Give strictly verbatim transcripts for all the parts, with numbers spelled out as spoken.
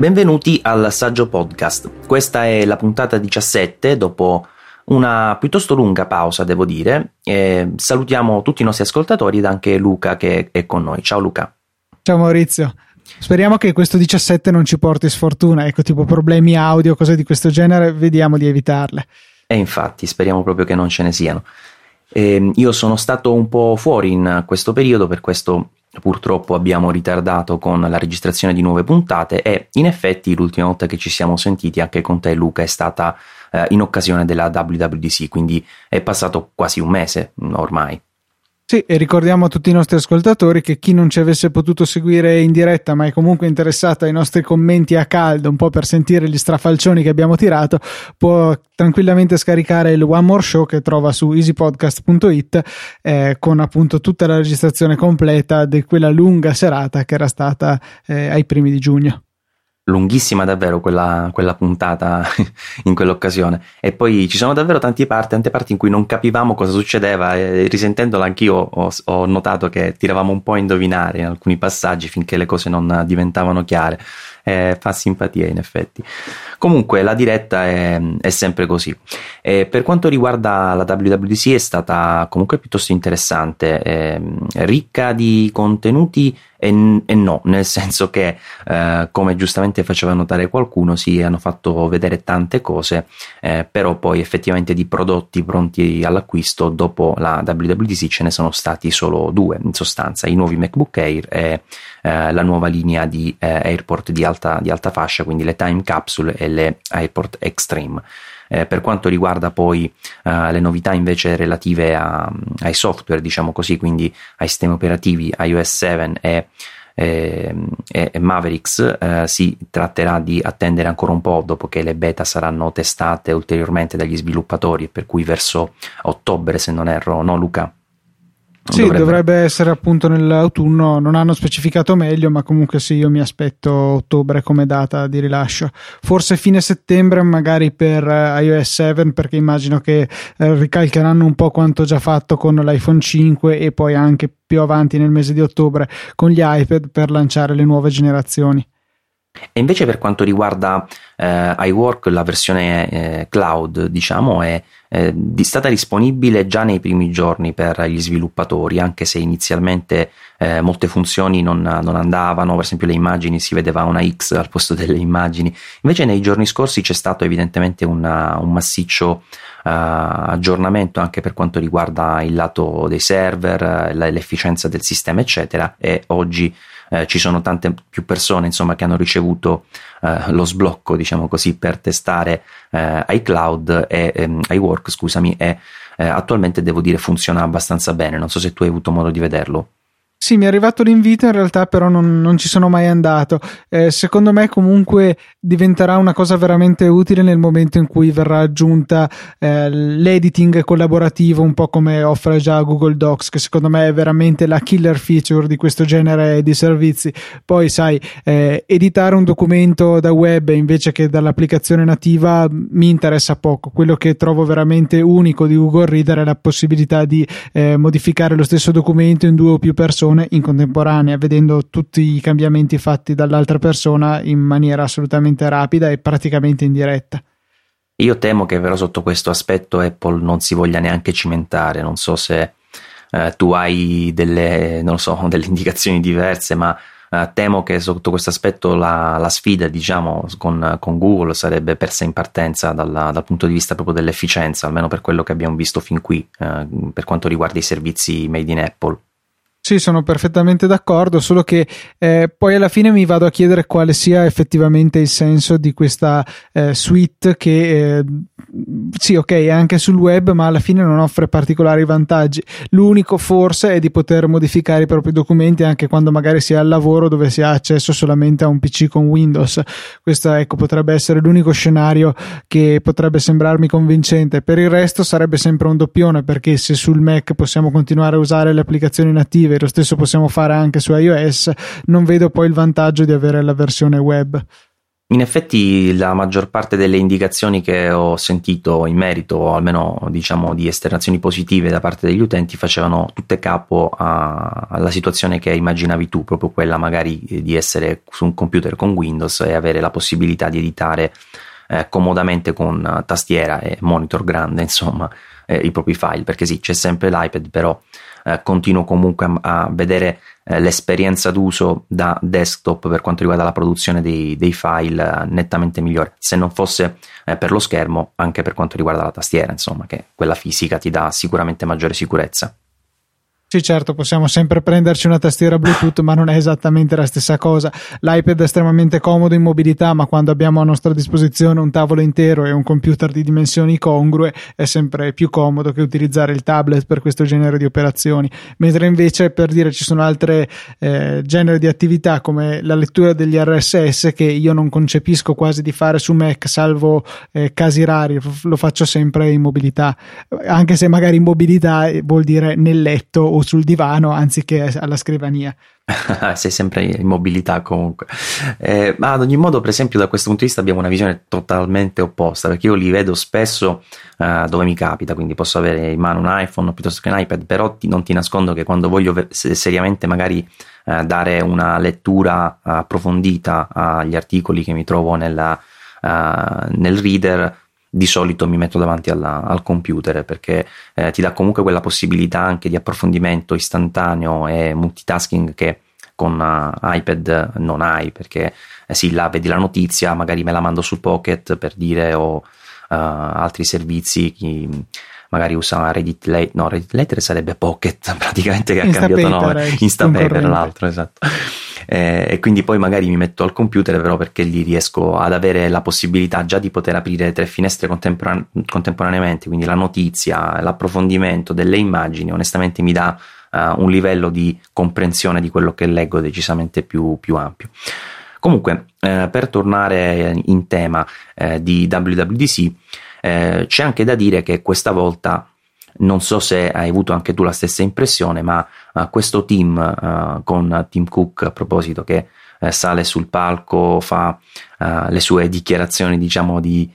Benvenuti al Saggio Podcast. Questa è la puntata diciassette, dopo una piuttosto lunga pausa, devo dire. E salutiamo tutti i nostri ascoltatori ed anche Luca che è con noi. Ciao Luca. Ciao Maurizio. Speriamo che questo diciassette non ci porti sfortuna, ecco, tipo problemi audio, cose di questo genere, vediamo di evitarle. E infatti, speriamo proprio che non ce ne siano. E io sono stato un po' fuori in questo periodo, per questo purtroppo abbiamo ritardato con la registrazione di nuove puntate e in effetti l'ultima volta che ci siamo sentiti anche con te Luca è stata eh, in occasione della W W D C, quindi è passato quasi un mese ormai. Sì, e ricordiamo a tutti i nostri ascoltatori che chi non ci avesse potuto seguire in diretta ma è comunque interessato ai nostri commenti a caldo, un po' per sentire gli strafalcioni che abbiamo tirato, può tranquillamente scaricare il One More Show che trova su easy podcast punto it eh, con appunto tutta la registrazione completa di quella lunga serata che era stata eh, ai primi di giugno. Lunghissima davvero quella, quella puntata in quell'occasione, e poi ci sono davvero tante parti, tante parti in cui non capivamo cosa succedeva e risentendola anch'io ho, ho notato che tiravamo un po' a indovinare in alcuni passaggi finché le cose non diventavano chiare. Eh, fa simpatia in effetti. Comunque la diretta è, è sempre così. E per quanto riguarda la W W D C è stata comunque piuttosto interessante, eh, ricca di contenuti e, e no, nel senso che eh, come giustamente faceva notare qualcuno, si hanno fatto vedere tante cose, eh, però poi effettivamente di prodotti pronti all'acquisto dopo la W W D C ce ne sono stati solo due in sostanza: i nuovi MacBook Air e eh, la nuova linea di eh, AirPort di alta, di alta fascia, quindi le Time Capsule e le AirPort Extreme. Eh, per quanto riguarda poi uh, le novità invece relative a, ai software, diciamo così, quindi ai sistemi operativi iOS sette e, e, e Mavericks, eh, si tratterà di attendere ancora un po' dopo che le beta saranno testate ulteriormente dagli sviluppatori, per cui verso ottobre, se non erro, no Luca? Sì, dovrebbe... dovrebbe essere appunto nell'autunno, non hanno specificato meglio, ma comunque sì, io mi aspetto ottobre come data di rilascio, forse fine settembre magari per iOS sette, perché immagino che eh, ricalcheranno un po' quanto già fatto con l'iPhone cinque e poi anche più avanti nel mese di ottobre con gli iPad per lanciare le nuove generazioni. E invece per quanto riguarda eh, iWork, la versione eh, cloud, diciamo, è eh, di, stata disponibile già nei primi giorni per gli sviluppatori, anche se inizialmente eh, molte funzioni non, non andavano, per esempio le immagini si vedeva una X al posto delle immagini. Invece nei giorni scorsi c'è stato evidentemente una, un massiccio Uh, aggiornamento anche per quanto riguarda il lato dei server, uh, l'efficienza del sistema eccetera, e oggi uh, ci sono tante più persone insomma che hanno ricevuto uh, lo sblocco, diciamo così, per testare uh, iCloud e um, iWork, scusami, e uh, attualmente devo dire funziona abbastanza bene. Non so se tu hai avuto modo di vederlo. Sì, mi è arrivato l'invito, in realtà però non, non ci sono mai andato. Eh, secondo me comunque diventerà una cosa veramente utile nel momento in cui verrà aggiunta eh, l'editing collaborativo, un po' come offre già Google Docs, che secondo me è veramente la killer feature di questo genere di servizi. Poi sai, eh, editare un documento da web invece che dall'applicazione nativa mi interessa poco. Quello che trovo veramente unico di Google Reader è la possibilità di eh, modificare lo stesso documento in due o più persone in contemporanea, vedendo tutti i cambiamenti fatti dall'altra persona in maniera assolutamente rapida e praticamente in diretta. Io temo che però sotto questo aspetto Apple non si voglia neanche cimentare. Non so se eh, tu hai delle, non so, delle indicazioni diverse, ma eh, temo che sotto questo aspetto la, la sfida, diciamo, con, con Google sarebbe persa in partenza dalla, dal punto di vista proprio dell'efficienza, almeno per quello che abbiamo visto fin qui, eh, per quanto riguarda i servizi made in Apple. Sì, sono perfettamente d'accordo, solo che eh, poi alla fine mi vado a chiedere quale sia effettivamente il senso di questa eh, suite che eh, sì, ok, è anche sul web, ma alla fine non offre particolari vantaggi. L'unico forse è di poter modificare i propri documenti anche quando magari si è al lavoro, dove si ha accesso solamente a un P C con Windows. Questo, ecco, potrebbe essere l'unico scenario che potrebbe sembrarmi convincente. Per il resto sarebbe sempre un doppione, perché se sul Mac possiamo continuare a usare le applicazioni native e lo stesso possiamo fare anche su iOS, non vedo poi il vantaggio di avere la versione web. In effetti la maggior parte delle indicazioni che ho sentito in merito, o almeno diciamo di esternazioni positive da parte degli utenti, facevano tutte capo a, alla situazione che immaginavi tu, proprio quella magari di essere su un computer con Windows e avere la possibilità di editare eh, comodamente con tastiera e monitor grande, insomma, eh, i propri file, perché sì, c'è sempre l'iPad, però eh, continuo comunque a, a vedere eh, l'esperienza d'uso da desktop per quanto riguarda la produzione dei, dei file eh, nettamente migliore, se non fosse eh, per lo schermo, anche per quanto riguarda la tastiera, insomma, che quella fisica ti dà sicuramente maggiore sicurezza. Sì, certo, possiamo sempre prenderci una tastiera Bluetooth, ma non è esattamente la stessa cosa. L'iPad è estremamente comodo in mobilità, ma quando abbiamo a nostra disposizione un tavolo intero e un computer di dimensioni congrue è sempre più comodo che utilizzare il tablet per questo genere di operazioni. Mentre invece, per dire, ci sono altre eh, generi di attività come la lettura degli R S S che io non concepisco quasi di fare su Mac, salvo eh, casi rari, lo faccio sempre in mobilità, anche se magari in mobilità vuol dire nel letto o sul divano anziché alla scrivania. Sei sempre in mobilità comunque, eh, ma ad ogni modo, per esempio, da questo punto di vista abbiamo una visione totalmente opposta, perché io li vedo spesso uh, dove mi capita, quindi posso avere in mano un iPhone piuttosto che un iPad, però ti, non ti nascondo che quando voglio ver- seriamente magari uh, dare una lettura uh, approfondita agli articoli che mi trovo nella, uh, nel reader, di solito mi metto davanti alla, al computer, perché eh, ti dà comunque quella possibilità anche di approfondimento istantaneo e multitasking che con uh, iPad non hai, perché eh, sì, là vedi la notizia, magari me la mando sul Pocket, per dire, o uh, altri servizi, chi magari usa Reddit Later, no, Reddit Later sarebbe Pocket praticamente, che ha Instapaper, cambiato nome, Instapaper l'altro, esatto. Eh, e quindi poi magari mi metto al computer, però perché lì riesco ad avere la possibilità già di poter aprire tre finestre contempora- contemporaneamente, quindi la notizia, l'approfondimento delle immagini, onestamente mi dà uh, un livello di comprensione di quello che leggo decisamente più, più ampio. Comunque, eh, per tornare in tema eh, di W W D C, eh, c'è anche da dire che questa volta, non so se hai avuto anche tu la stessa impressione, ma uh, questo team uh, con Tim Cook, a proposito, che uh, sale sul palco, fa uh, le sue dichiarazioni, diciamo, di,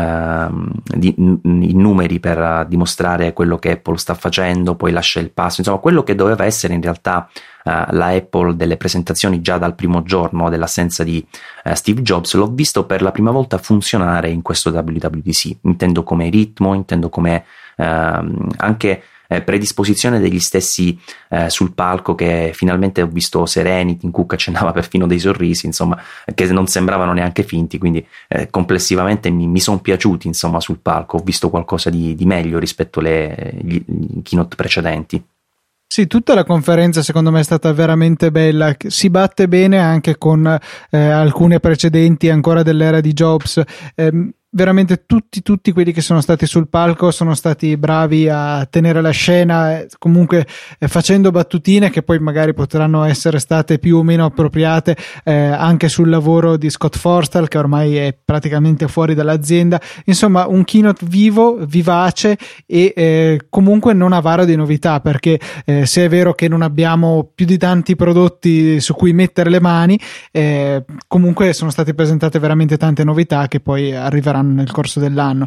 uh, di n- i numeri per uh, dimostrare quello che Apple sta facendo, poi lascia il passo, insomma quello che doveva essere in realtà uh, la Apple delle presentazioni già dal primo giorno dell'assenza di uh, Steve Jobs, l'ho visto per la prima volta funzionare in questo W W D C, intendo come ritmo, intendo come Uh, anche eh, predisposizione degli stessi eh, sul palco, che finalmente ho visto sereni. Tim Cook accennava perfino dei sorrisi, insomma, che non sembravano neanche finti, quindi eh, complessivamente mi, mi sono piaciuti, insomma, sul palco ho visto qualcosa di, di meglio rispetto alle gli, gli keynote precedenti. Sì, tutta la conferenza secondo me è stata veramente bella, si batte bene anche con eh, alcune precedenti ancora dell'era di Jobs. eh, Veramente tutti, tutti quelli che sono stati sul palco sono stati bravi a tenere la scena, eh, comunque eh, facendo battutine che poi magari potranno essere state più o meno appropriate eh, anche sul lavoro di Scott Forstall, che ormai è praticamente fuori dall'azienda. Insomma, un keynote vivo, vivace e eh, comunque non avaro di novità, perché eh, se è vero che non abbiamo più di tanti prodotti su cui mettere le mani, eh, comunque sono state presentate veramente tante novità che poi arriveranno nel corso dell'anno.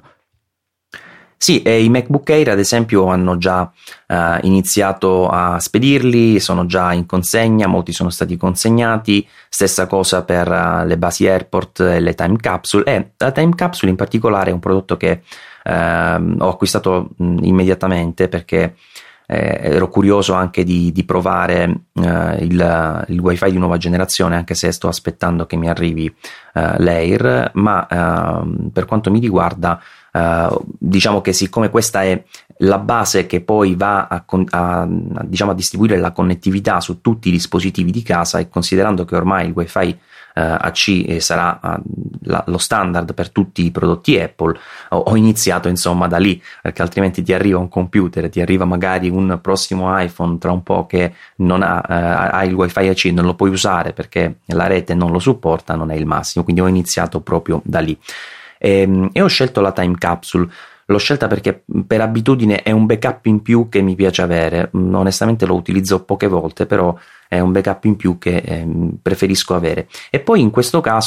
Sì, e i MacBook Air ad esempio hanno già uh, iniziato a spedirli, sono già in consegna, molti sono stati consegnati, stessa cosa per uh, le basi Airport e le Time Capsule, e la Time Capsule in particolare è un prodotto che uh, ho acquistato mh, immediatamente, perché eh, ero curioso anche di, di provare uh, il, il Wi-Fi di nuova generazione, anche se sto aspettando che mi arrivi uh, l'Air, ma uh, per quanto mi riguarda Uh, diciamo che siccome questa è la base che poi va a, a, a, diciamo, a distribuire la connettività su tutti i dispositivi di casa, e considerando che ormai il Wi-Fi uh, A C sarà uh, la, lo standard per tutti i prodotti Apple, ho, ho iniziato insomma da lì, perché altrimenti ti arriva un computer, ti arriva magari un prossimo iPhone tra un po' che non ha, uh, ha il Wi-Fi A C, non lo puoi usare perché la rete non lo supporta, non è il massimo, quindi ho iniziato proprio da lì. E, e ho scelto la Time Capsule. L'ho scelta perché per abitudine è un backup in più che mi piace avere. Onestamente lo utilizzo poche volte, però è un backup in più che eh, preferisco avere. E poi in questo caso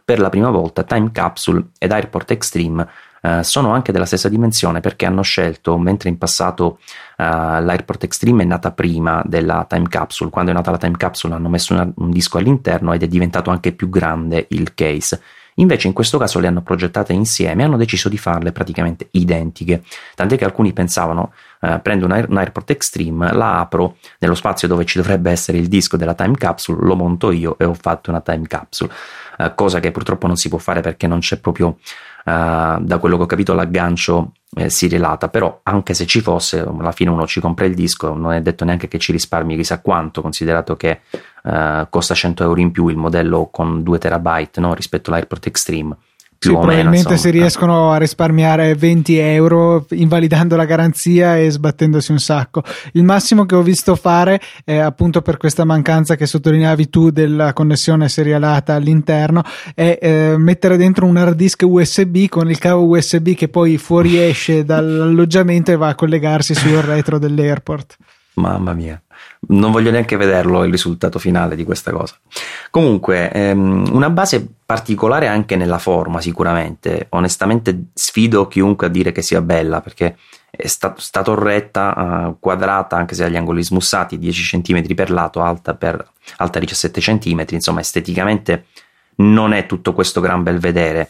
per la prima volta Time Capsule ed Airport Extreme Uh, sono anche della stessa dimensione, perché hanno scelto, mentre in passato uh, l'Airport Extreme è nata prima della Time Capsule, quando è nata la Time Capsule hanno messo una, un disco all'interno ed è diventato anche più grande il case. Invece in questo caso le hanno progettate insieme e hanno deciso di farle praticamente identiche, tant'è che alcuni pensavano uh, prendo un, Air, un Airport Extreme, la apro nello spazio dove ci dovrebbe essere il disco della Time Capsule, lo monto io e ho fatto una Time Capsule, uh, cosa che purtroppo non si può fare perché non c'è proprio Uh, da quello che ho capito l'aggancio eh, si relata, però anche se ci fosse, alla fine uno ci compra il disco, non è detto neanche che ci risparmi chissà quanto, considerato che uh, costa cento euro in più il modello con due terabyte, no, rispetto all'Airport Extreme. Più sì, o probabilmente meno, si riescono a risparmiare venti euro invalidando la garanzia e sbattendosi un sacco. Il massimo che ho visto fare, eh, appunto per questa mancanza che sottolineavi tu della connessione serialata all'interno, è eh, mettere dentro un hard disk U S B con il cavo U S B che poi fuoriesce dall'alloggiamento e va a collegarsi sul retro dell'airport. Mamma mia, non voglio neanche vederlo il risultato finale di questa cosa. Comunque, ehm, una base particolare anche nella forma, sicuramente. Onestamente sfido chiunque a dire che sia bella, perché è sta, sta torretta uh, quadrata, anche se ha gli angoli smussati, dieci centimetri per lato, alta, per, alta diciassette centimetri, insomma esteticamente non è tutto questo gran bel vedere.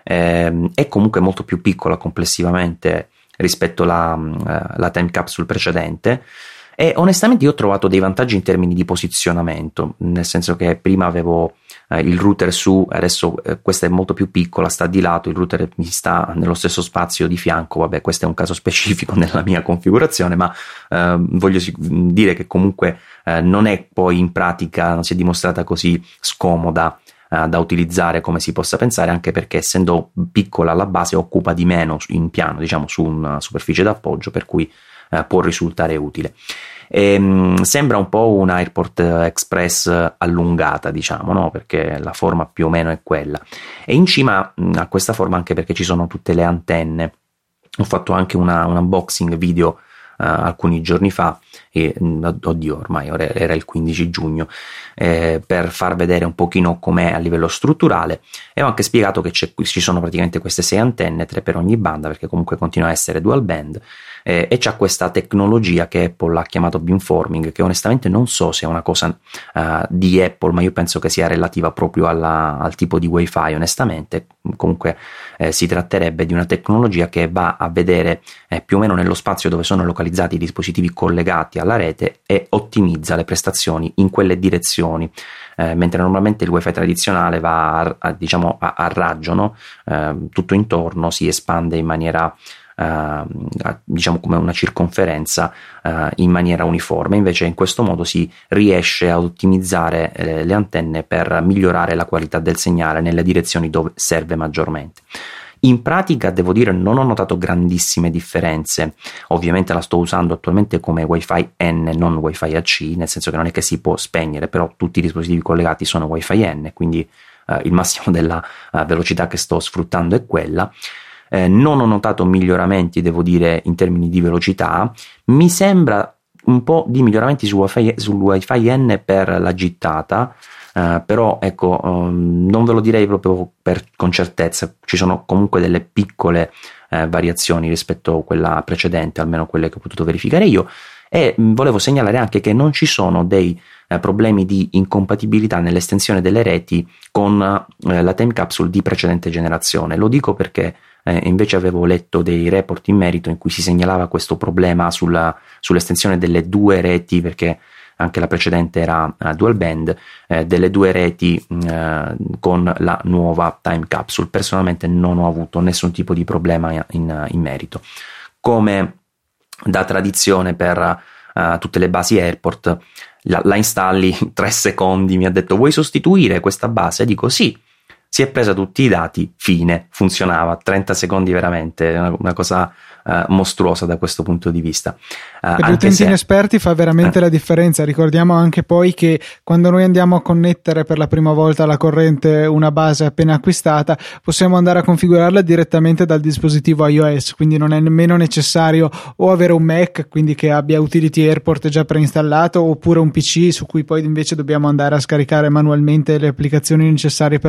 Eh, è comunque molto più piccola complessivamente rispetto alla uh, la Time Capsule precedente. E onestamente io ho trovato dei vantaggi in termini di posizionamento, nel senso che prima avevo eh, il router su, adesso eh, questa è molto più piccola, sta di lato, il router mi sta nello stesso spazio di fianco. Vabbè, questo è un caso specifico nella mia configurazione, ma eh, voglio dire che comunque eh, non è poi in pratica, non si è dimostrata così scomoda eh, da utilizzare come si possa pensare, anche perché essendo piccola la base occupa di meno in piano, diciamo su una superficie d'appoggio, per cui Uh, può risultare utile. E, um, sembra un po' un Airport Express allungata, diciamo, no? Perché la forma più o meno è quella, e in cima um, a questa forma, anche perché ci sono tutte le antenne. Ho fatto anche una, un unboxing video Uh, alcuni giorni fa, e, oddio ormai era il quindici giugno, eh, per far vedere un pochino com'è a livello strutturale, e ho anche spiegato che c'è, ci sono praticamente queste sei antenne, tre per ogni banda, perché comunque continua a essere dual band, eh, e c'ha questa tecnologia che Apple ha chiamato beamforming, che onestamente non so se è una cosa uh, di Apple, ma io penso che sia relativa proprio alla, al tipo di Wi-Fi, onestamente. Comunque eh, si tratterebbe di una tecnologia che va a vedere eh, più o meno nello spazio dove sono localizzati i dispositivi collegati alla rete e ottimizza le prestazioni in quelle direzioni, eh, mentre normalmente il Wi-Fi tradizionale va a, a, diciamo a, a raggio, no? Eh, tutto intorno si espande in maniera Uh, diciamo come una circonferenza uh, in maniera uniforme. Invece in questo modo si riesce a ottimizzare eh, le antenne per migliorare la qualità del segnale nelle direzioni dove serve maggiormente. In pratica devo dire non ho notato grandissime differenze. Ovviamente la sto usando attualmente come Wi-Fi N, non Wi-Fi A C, nel senso che non è che si può spegnere, però tutti i dispositivi collegati sono Wi-Fi N, quindi uh, il massimo della uh, velocità che sto sfruttando è quella. Eh, non ho notato miglioramenti, devo dire, in termini di velocità. Mi sembra un po' di miglioramenti su Wi-Fi, sul Wi-Fi N per la gittata, eh, però ecco, um, non ve lo direi proprio per, con certezza. Ci sono comunque delle piccole eh, variazioni rispetto a quella precedente, almeno quelle che ho potuto verificare io. E mh, volevo segnalare anche che non ci sono dei eh, problemi di incompatibilità nell'estensione delle reti con eh, la Time Capsule di precedente generazione. Lo dico perché Eh, invece avevo letto dei report in merito in cui si segnalava questo problema sulla, sull'estensione delle due reti, perché anche la precedente era uh, dual band, eh, delle due reti uh, con la nuova Time Capsule. Personalmente non ho avuto nessun tipo di problema in, in, in merito. Come da tradizione per uh, tutte le basi Airport, la, la installi tre secondi, mi ha detto vuoi sostituire questa base? Dico sì. Si è presa tutti i dati, fine, funzionava, trenta secondi veramente, una, una cosa uh, mostruosa da questo punto di vista. Uh, per gli utenti se... inesperti fa veramente eh. la differenza. Ricordiamo anche poi che quando noi andiamo a connettere per la prima volta alla corrente una base appena acquistata, possiamo andare a configurarla direttamente dal dispositivo iOS, quindi non è nemmeno necessario o avere un Mac, quindi che abbia Utility Airport già preinstallato, oppure un P C su cui poi invece dobbiamo andare a scaricare manualmente le applicazioni necessarie per la configurazione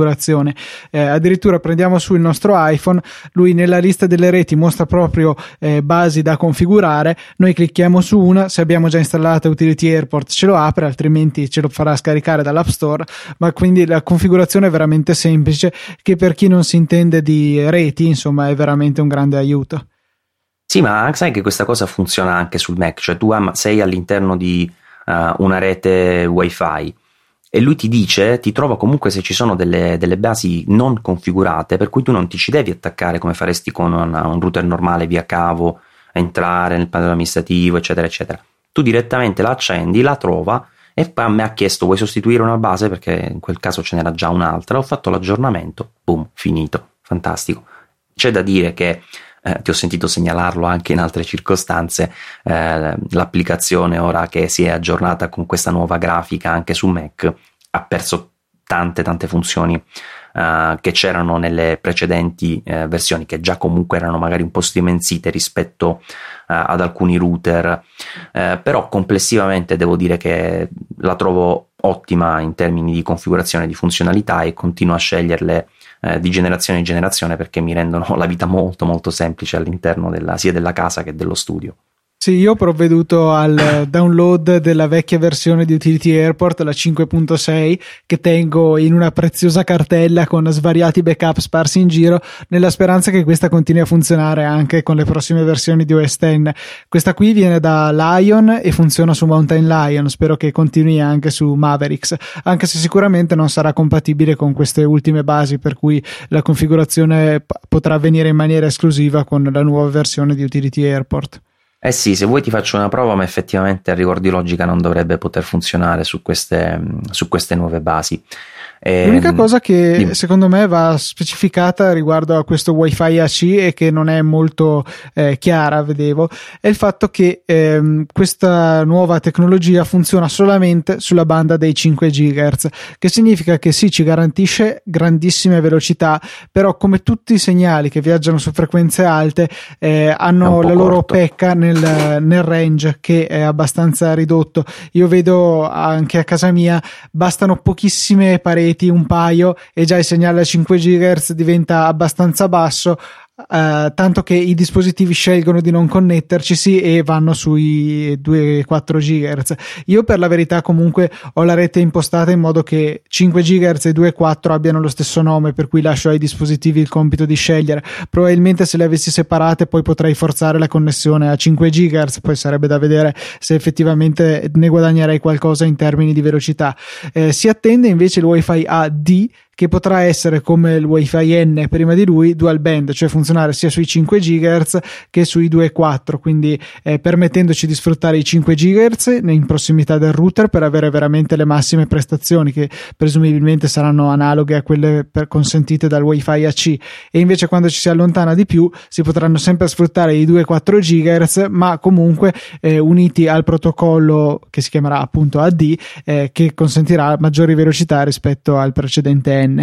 configurazione. Eh, addirittura prendiamo su il nostro iPhone, lui nella lista delle reti mostra proprio eh, basi da configurare, noi clicchiamo su una, se abbiamo già installato Utility Airport ce lo apre, altrimenti ce lo farà scaricare dall'App Store, ma quindi la configurazione è veramente semplice, che per chi non si intende di reti insomma è veramente un grande aiuto. Sì, ma sai che questa cosa funziona anche sul Mac, cioè tu sei all'interno di uh, una rete Wi-Fi e lui ti dice, ti trova comunque se ci sono delle, delle basi non configurate, per cui tu non ti ci devi attaccare come faresti con una, un router normale via cavo, entrare nel pannello amministrativo, eccetera, eccetera. Tu direttamente la accendi, la trova e poi a me ha chiesto vuoi sostituire una base, perché in quel caso ce n'era già un'altra, ho fatto l'aggiornamento, boom, finito, fantastico. C'è da dire che Eh, ti ho sentito segnalarlo anche in altre circostanze, eh, l'applicazione ora che si è aggiornata con questa nuova grafica anche su Mac ha perso tante tante funzioni eh, che c'erano nelle precedenti eh, versioni, che già comunque erano magari un po' striminzite rispetto eh, ad alcuni router, eh, però complessivamente devo dire che la trovo ottima in termini di configurazione, di funzionalità, e continuo a sceglierle eh, di generazione in generazione perché mi rendono la vita molto molto semplice all'interno della, sia della casa che dello studio. Sì, io ho provveduto al download della vecchia versione di Utility Airport, la cinque punto sei, che tengo in una preziosa cartella con svariati backup sparsi in giro, nella speranza che questa continui a funzionare anche con le prossime versioni di O S X. Questa qui viene da Lion e funziona su Mountain Lion, spero che continui anche su Mavericks, anche se sicuramente non sarà compatibile con queste ultime basi, per cui la configurazione p- potrà avvenire in maniera esclusiva con la nuova versione di Utility Airport. Eh sì, se vuoi ti faccio una prova, ma effettivamente a rigor di logica non dovrebbe poter funzionare su queste, su queste nuove basi. E, l'unica cosa che dimmi. secondo me va specificata riguardo a questo Wi-Fi A C e che non è molto eh, chiara, vedevo, è il fatto che ehm, questa nuova tecnologia funziona solamente sulla banda dei cinque gigahertz, che significa che sì, ci garantisce grandissime velocità, però come tutti i segnali che viaggiano su frequenze alte eh, hanno la loro corto. pecca nel, nel range, che è abbastanza ridotto. Io vedo anche a casa mia bastano pochissime pareti, un paio, e già il segnale a cinque gigahertz diventa abbastanza basso, Uh, tanto che i dispositivi scelgono di non connettercisi e vanno sui due virgola quattro gigahertz. Io per la verità comunque ho la rete impostata in modo che cinque gigahertz e due virgola quattro abbiano lo stesso nome, per cui lascio ai dispositivi il compito di scegliere. Probabilmente se le avessi separate poi potrei forzare la connessione a cinque gigahertz, poi sarebbe da vedere se effettivamente ne guadagnerei qualcosa in termini di velocità. Eh, si attende invece il Wi-Fi A D, che potrà essere come il Wi-Fi N prima di lui, dual band, cioè funzionare sia sui cinque gigahertz che sui due virgola quattro, quindi eh, permettendoci di sfruttare i cinque gigahertz in prossimità del router per avere veramente le massime prestazioni, che presumibilmente saranno analoghe a quelle per consentite dal Wi-Fi A C, e invece quando ci si allontana di più si potranno sempre sfruttare i due virgola quattro gigahertz, ma comunque eh, uniti al protocollo che si chiamerà appunto A D, eh, che consentirà maggiori velocità rispetto al precedente N.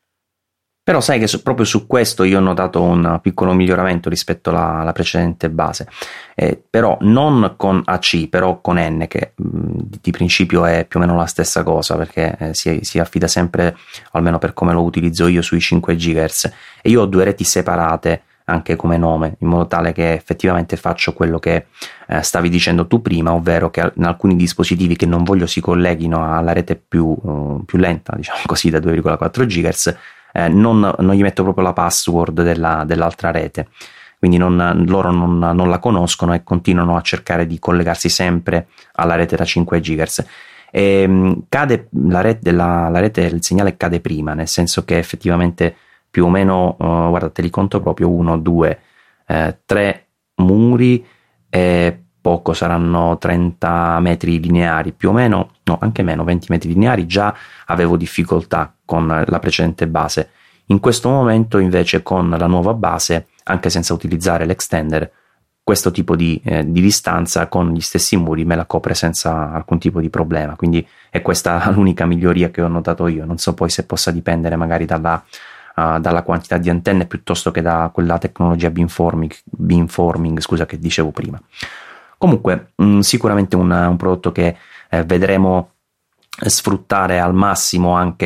Però sai che su, proprio su questo io ho notato un piccolo miglioramento rispetto alla, alla precedente base, eh, però non con A C, però con N, che mh, di principio è più o meno la stessa cosa, perché eh, si, si affida sempre, almeno per come lo utilizzo io, sui cinque gigahertz, e io ho due reti separate anche come nome, in modo tale che effettivamente faccio quello che eh, stavi dicendo tu prima, ovvero che in alcuni dispositivi che non voglio si colleghino alla rete più, uh, più lenta, diciamo così, da due virgola quattro gigahertz, eh, non, non gli metto proprio la password della, dell'altra rete, quindi non, loro non, non la conoscono e continuano a cercare di collegarsi sempre alla rete da cinque gigahertz. E, mh, cade la rete, la, la rete, il segnale cade prima, nel senso che effettivamente più o meno, uh, guarda, te li conto proprio, uno, due, eh, tre muri e poco, saranno trenta metri lineari più o meno, no, anche meno, venti metri lineari. Già avevo difficoltà con la precedente base. In questo momento invece con la nuova base, anche senza utilizzare l'extender, questo tipo di, eh, di distanza con gli stessi muri me la copre senza alcun tipo di problema, quindi è questa l'unica miglioria che ho notato io. Non so poi se possa dipendere magari dalla Uh, dalla quantità di antenne piuttosto che da quella tecnologia beamforming, beamforming scusa, che dicevo prima. Comunque mh, sicuramente un, un prodotto che eh, vedremo sfruttare al massimo anche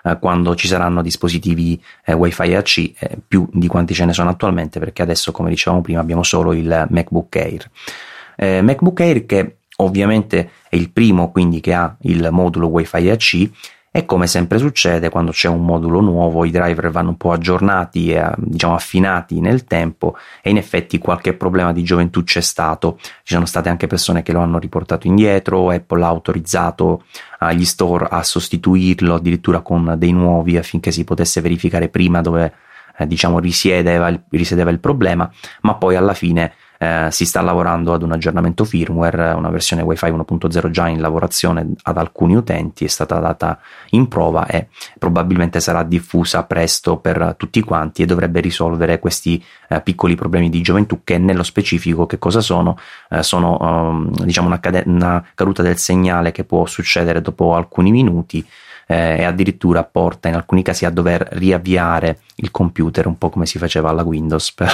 eh, quando ci saranno dispositivi eh, Wi-Fi A C, eh, più di quanti ce ne sono attualmente, perché adesso, come dicevamo prima, abbiamo solo il MacBook Air. Eh, MacBook Air che ovviamente è il primo quindi che ha il modulo Wi-Fi A C, e come sempre succede quando c'è un modulo nuovo i driver vanno un po' aggiornati e diciamo affinati nel tempo, e in effetti qualche problema di gioventù c'è stato. Ci sono state anche persone che lo hanno riportato indietro, Apple ha autorizzato agli store a sostituirlo addirittura con dei nuovi affinché si potesse verificare prima dove eh, diciamo risiedeva il, risiedeva il problema, ma poi alla fine Eh, si sta lavorando ad un aggiornamento firmware, una versione Wi-Fi uno punto zero già in lavorazione ad alcuni utenti, è stata data in prova e probabilmente sarà diffusa presto per tutti quanti, e dovrebbe risolvere questi eh, piccoli problemi di gioventù, che nello specifico che cosa sono? Eh, sono um, diciamo una, cade- una caduta del segnale che può succedere dopo alcuni minuti, eh, e addirittura porta in alcuni casi a dover riavviare il computer, un po' come si faceva alla Windows, per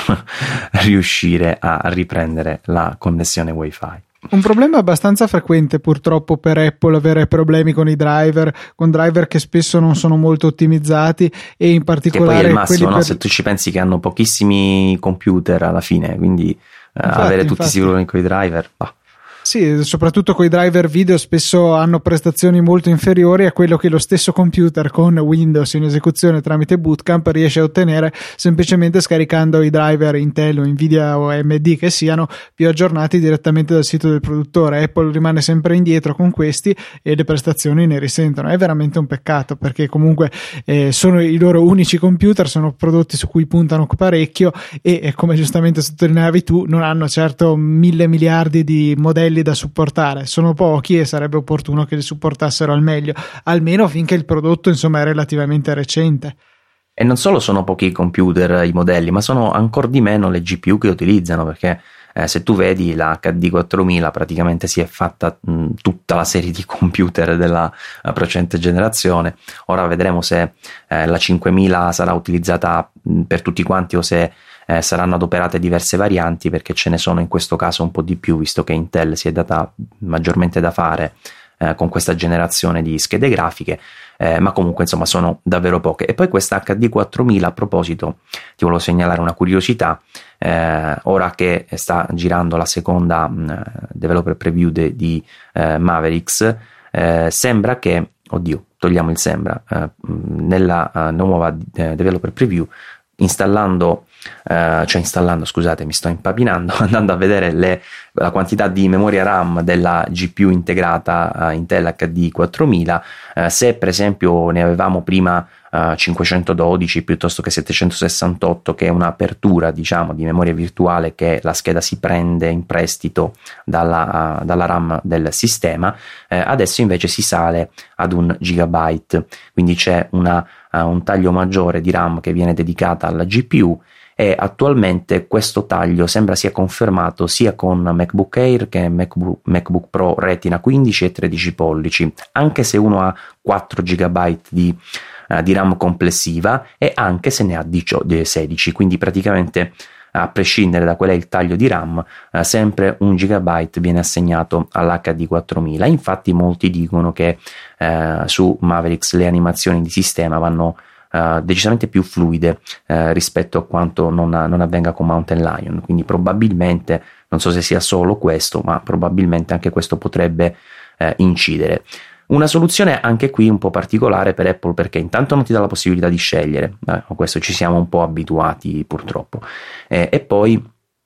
riuscire a riprendere la connessione Wi-Fi. Un problema abbastanza frequente purtroppo per Apple avere problemi con i driver, con driver che spesso non sono molto ottimizzati, e in particolare che poi è il massimo, no? per... Se tu ci pensi che hanno pochissimi computer alla fine, quindi infatti, uh, avere tutti infatti. questi problemi con i driver, bah. Sì, soprattutto con i driver video spesso hanno prestazioni molto inferiori a quello che lo stesso computer con Windows in esecuzione tramite Bootcamp riesce a ottenere semplicemente scaricando i driver Intel o Nvidia o A M D che siano più aggiornati direttamente dal sito del produttore. Apple rimane sempre indietro con questi e le prestazioni ne risentono. È veramente un peccato, perché comunque eh, sono i loro unici computer, sono prodotti su cui puntano parecchio e, e come giustamente sottolineavi tu, non hanno certo mille miliardi di modelli da supportare, sono pochi e sarebbe opportuno che li supportassero al meglio, almeno finché il prodotto insomma è relativamente recente. E non solo sono pochi i computer, i modelli, ma sono ancor di meno le G P U che utilizzano, perché eh, se tu vedi la H D quattromila praticamente si è fatta mh, tutta la serie di computer della uh, precedente generazione. Ora vedremo se eh, la cinquemila sarà utilizzata mh, per tutti quanti o se Eh, saranno adoperate diverse varianti, perché ce ne sono in questo caso un po' di più, visto che Intel si è data maggiormente da fare eh, con questa generazione di schede grafiche, eh, ma comunque insomma sono davvero poche. E poi questa H D quattromila, a proposito ti volevo segnalare una curiosità, eh, ora che sta girando la seconda mh, developer preview de, di eh, Mavericks, eh, sembra che, oddio togliamo il sembra, eh, nella uh, nuova eh, developer preview, installando Uh, cioè installando scusate mi sto impapinando andando a vedere le, la quantità di memoria RAM della G P U integrata uh, Intel H D quattromila, uh, se per esempio ne avevamo prima uh, cinquecentododici piuttosto che settecentosessantotto, che è un'apertura diciamo di memoria virtuale che la scheda si prende in prestito dalla, uh, dalla RAM del sistema, uh, adesso invece si sale ad un gigabyte, quindi c'è una, uh, un taglio maggiore di RAM che viene dedicata alla G P U, e attualmente questo taglio sembra sia confermato sia con MacBook Air che MacBook, MacBook Pro Retina quindici e tredici pollici, anche se uno ha quattro giga di, uh, di RAM complessiva e anche se ne ha sedici, quindi praticamente a prescindere da qual è il taglio di RAM, uh, sempre un gigabyte viene assegnato all'H D quattromila. Infatti molti dicono che uh, su Mavericks le animazioni di sistema vanno Uh, decisamente più fluide uh, rispetto a quanto non, non avvenga con Mountain Lion, quindi probabilmente, non so se sia solo questo, ma probabilmente anche questo potrebbe uh, incidere. Una soluzione anche qui un po' particolare per Apple, perché intanto non ti dà la possibilità di scegliere, eh, a questo ci siamo un po' abituati purtroppo, eh, e poi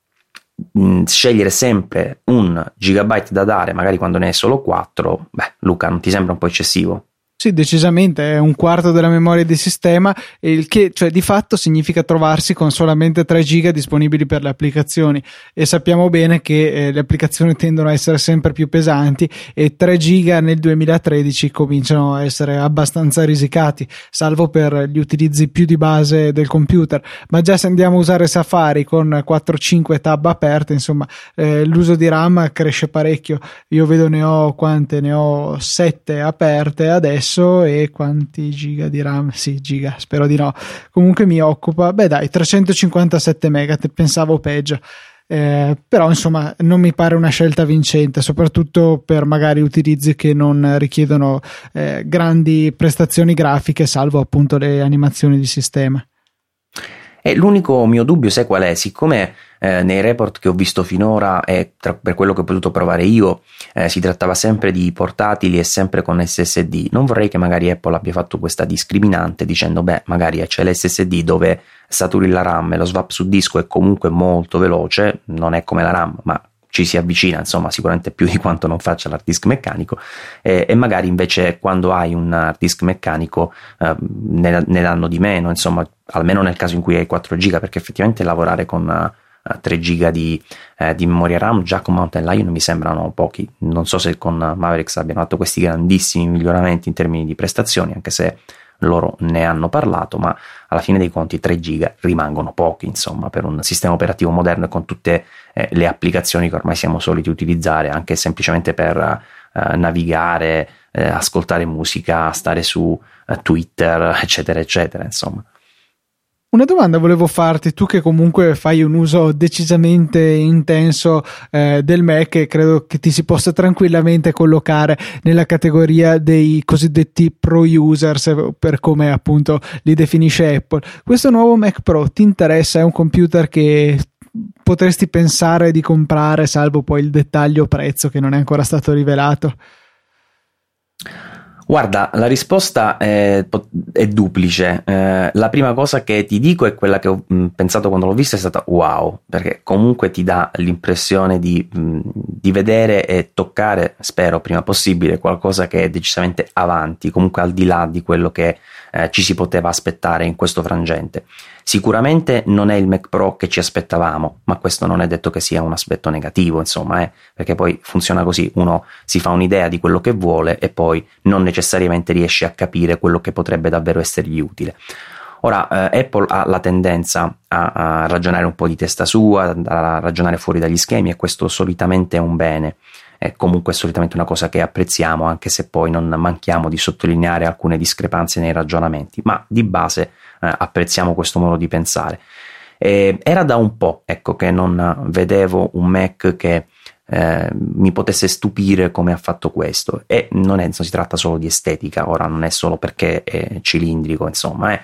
mh, scegliere sempre un gigabyte da dare magari quando ne hai solo quattro. Beh, Luca, non ti sembra un po' eccessivo? Sì, decisamente, è un quarto della memoria di sistema, il che cioè di fatto significa trovarsi con solamente tre giga disponibili per le applicazioni, e sappiamo bene che eh, le applicazioni tendono a essere sempre più pesanti e tre giga nel duemilatredici cominciano a essere abbastanza risicati, salvo per gli utilizzi più di base del computer. Ma già se andiamo a usare Safari con quattro cinque tab aperte, insomma, eh, l'uso di RAM cresce parecchio. Io vedo ne ho quante? Ne ho sette aperte adesso. E quanti giga di RAM? Sì, giga, spero di no. Comunque mi occupa, beh dai, trecentocinquantasette mega, pensavo peggio. eh, però insomma non mi pare una scelta vincente, soprattutto per magari utilizzi che non richiedono eh, grandi prestazioni grafiche, salvo appunto le animazioni di sistema. E l'unico mio dubbio, sai qual è? Siccome eh, nei report che ho visto finora e tra, per quello che ho potuto provare io eh, si trattava sempre di portatili e sempre con S S D, non vorrei che magari Apple abbia fatto questa discriminante dicendo beh magari c'è l'S S D dove saturi la RAM e lo swap su disco è comunque molto veloce, non è come la RAM ma ci si avvicina insomma sicuramente più di quanto non faccia l'hard disk meccanico, eh, e magari invece quando hai un hard disk meccanico eh, ne, ne danno di meno, insomma almeno nel caso in cui hai quattro giga, perché effettivamente lavorare con uh, tre giga di, uh, di memoria RAM già con Mountain Lion mi sembrano pochi. Non so se con Mavericks abbiano fatto questi grandissimi miglioramenti in termini di prestazioni, anche se loro ne hanno parlato, ma alla fine dei conti tre giga rimangono pochi insomma per un sistema operativo moderno e con tutte eh, le applicazioni che ormai siamo soliti utilizzare anche semplicemente per eh, navigare, eh, ascoltare musica, stare su eh, Twitter eccetera eccetera insomma. Una domanda volevo farti, tu che comunque fai un uso decisamente intenso eh, del Mac e credo che ti si possa tranquillamente collocare nella categoria dei cosiddetti pro users, per come appunto li definisce Apple. Questo nuovo Mac Pro ti interessa? È un computer che potresti pensare di comprare, salvo poi il dettaglio prezzo che non è ancora stato rivelato? Guarda, la risposta è, è duplice. Eh, la prima cosa che ti dico è quella che ho mh, pensato quando l'ho vista, è stata wow, perché comunque ti dà l'impressione di, mh, di vedere e toccare, spero prima possibile, qualcosa che è decisamente avanti, comunque al di là di quello che eh, ci si poteva aspettare in questo frangente. Sicuramente non è il Mac Pro che ci aspettavamo, ma questo non è detto che sia un aspetto negativo, insomma, eh, perché poi funziona così, uno si fa un'idea di quello che vuole e poi non necessariamente riesce a capire quello che potrebbe davvero essergli utile. Ora, eh, Apple ha la tendenza a, a ragionare un po' di testa sua, a ragionare fuori dagli schemi, e questo solitamente è un bene. È comunque solitamente una cosa che apprezziamo, anche se poi non manchiamo di sottolineare alcune discrepanze nei ragionamenti, ma di base eh, apprezziamo questo modo di pensare. E era da un po', ecco, che non vedevo un Mac che eh, mi potesse stupire come ha fatto questo, e non, è, non si tratta solo di estetica, ora non è solo perché è cilindrico, insomma, eh,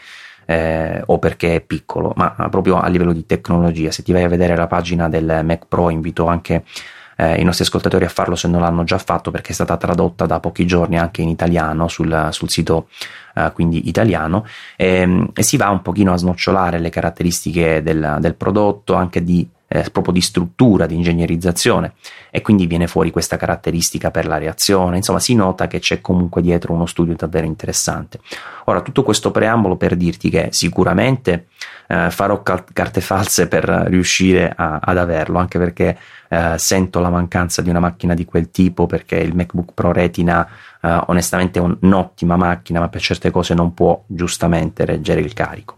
eh, o perché è piccolo, ma proprio a livello di tecnologia. Se ti vai a vedere la pagina del Mac Pro, invito anche Eh, i nostri ascoltatori a farlo se non l'hanno già fatto, perché è stata tradotta da pochi giorni anche in italiano sul, sul sito eh, quindi italiano, e, e si va un pochino a snocciolare le caratteristiche del, del prodotto, anche di eh, proprio di struttura, di ingegnerizzazione, e quindi viene fuori questa caratteristica per la reazione. Insomma, si nota che c'è comunque dietro uno studio davvero interessante. Ora, tutto questo preambolo per dirti che sicuramente eh, farò cal- carte false per riuscire a, ad averlo, anche perché eh, sento la mancanza di una macchina di quel tipo, perché il MacBook Pro Retina eh, onestamente è un, un'ottima macchina, ma per certe cose non può giustamente reggere il carico.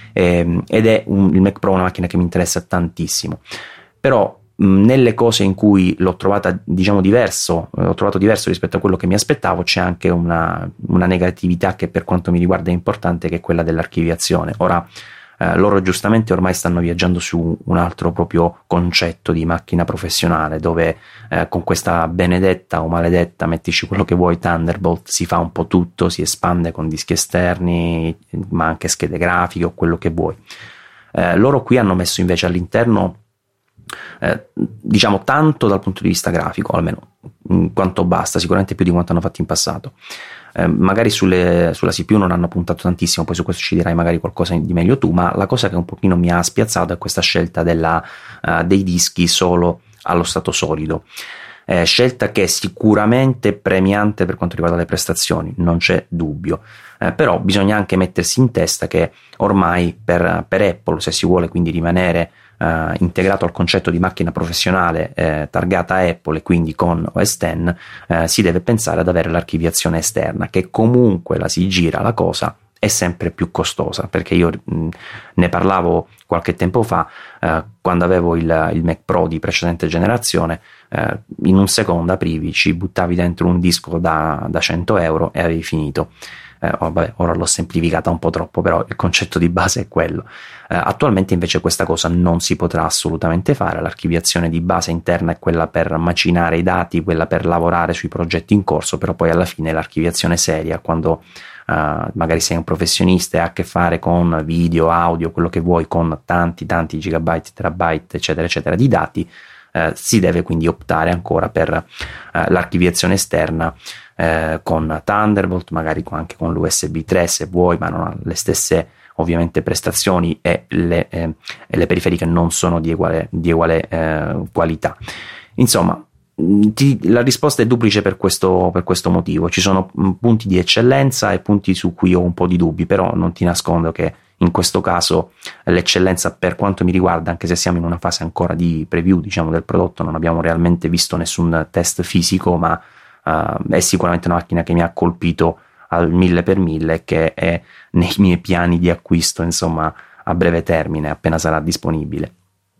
Eh, ed è un, il Mac Pro è una macchina che mi interessa tantissimo, però mh, nelle cose in cui l'ho trovata diciamo diverso, l'ho trovato diverso rispetto a quello che mi aspettavo, c'è anche una, una negatività che per quanto mi riguarda è importante, che è quella dell'archiviazione. Ora eh, loro giustamente ormai stanno viaggiando su un altro proprio concetto di macchina professionale, dove eh, con questa benedetta o maledetta, mettici quello che vuoi, Thunderbolt, si fa un po' tutto, si espande con dischi esterni, ma anche schede grafiche o quello che vuoi. Eh, loro qui hanno messo invece all'interno eh, diciamo tanto dal punto di vista grafico, almeno quanto basta, sicuramente più di quanto hanno fatto in passato. Eh, magari sulle, sulla C P U non hanno puntato tantissimo, poi su questo ci dirai magari qualcosa di meglio tu, ma la cosa che un pochino mi ha spiazzato è questa scelta della, uh, dei dischi solo allo stato solido. Eh, scelta che è sicuramente premiante per quanto riguarda le prestazioni, non c'è dubbio, eh, però bisogna anche mettersi in testa che ormai per, per Apple, se si vuole quindi rimanere eh, integrato al concetto di macchina professionale eh, targata Apple e quindi con O S X, eh, si deve pensare ad avere l'archiviazione esterna, che comunque la si gira la cosa è sempre più costosa, perché io mh, ne parlavo qualche tempo fa, eh, quando avevo il, il Mac Pro di precedente generazione, eh, in un secondo aprivi, ci buttavi dentro un disco da, da cento euro e avevi finito. Eh, oh, vabbè, ora l'ho semplificata un po' troppo, però il concetto di base è quello. Eh, attualmente invece questa cosa non si potrà assolutamente fare. L'archiviazione di base interna è quella per macinare i dati, quella per lavorare sui progetti in corso, però poi alla fine l'archiviazione seria, quando Uh, magari sei un professionista e ha a che fare con video, audio, quello che vuoi, con tanti tanti gigabyte, terabyte, eccetera eccetera di dati, uh, si deve quindi optare ancora per uh, l'archiviazione esterna uh, con Thunderbolt, magari anche con l'U S B tre se vuoi, ma non ha le stesse ovviamente prestazioni e le, eh, le periferiche non sono di uguale, di uguale eh, qualità. Insomma, Ti, la risposta è duplice per questo, per questo motivo. Ci sono punti di eccellenza e punti su cui ho un po' di dubbi, però non ti nascondo che in questo caso l'eccellenza, per quanto mi riguarda, anche se siamo in una fase ancora di preview, diciamo, del prodotto, non abbiamo realmente visto nessun test fisico, ma uh, è sicuramente una macchina che mi ha colpito al mille per mille e che è nei miei piani di acquisto, insomma, a breve termine, appena sarà disponibile.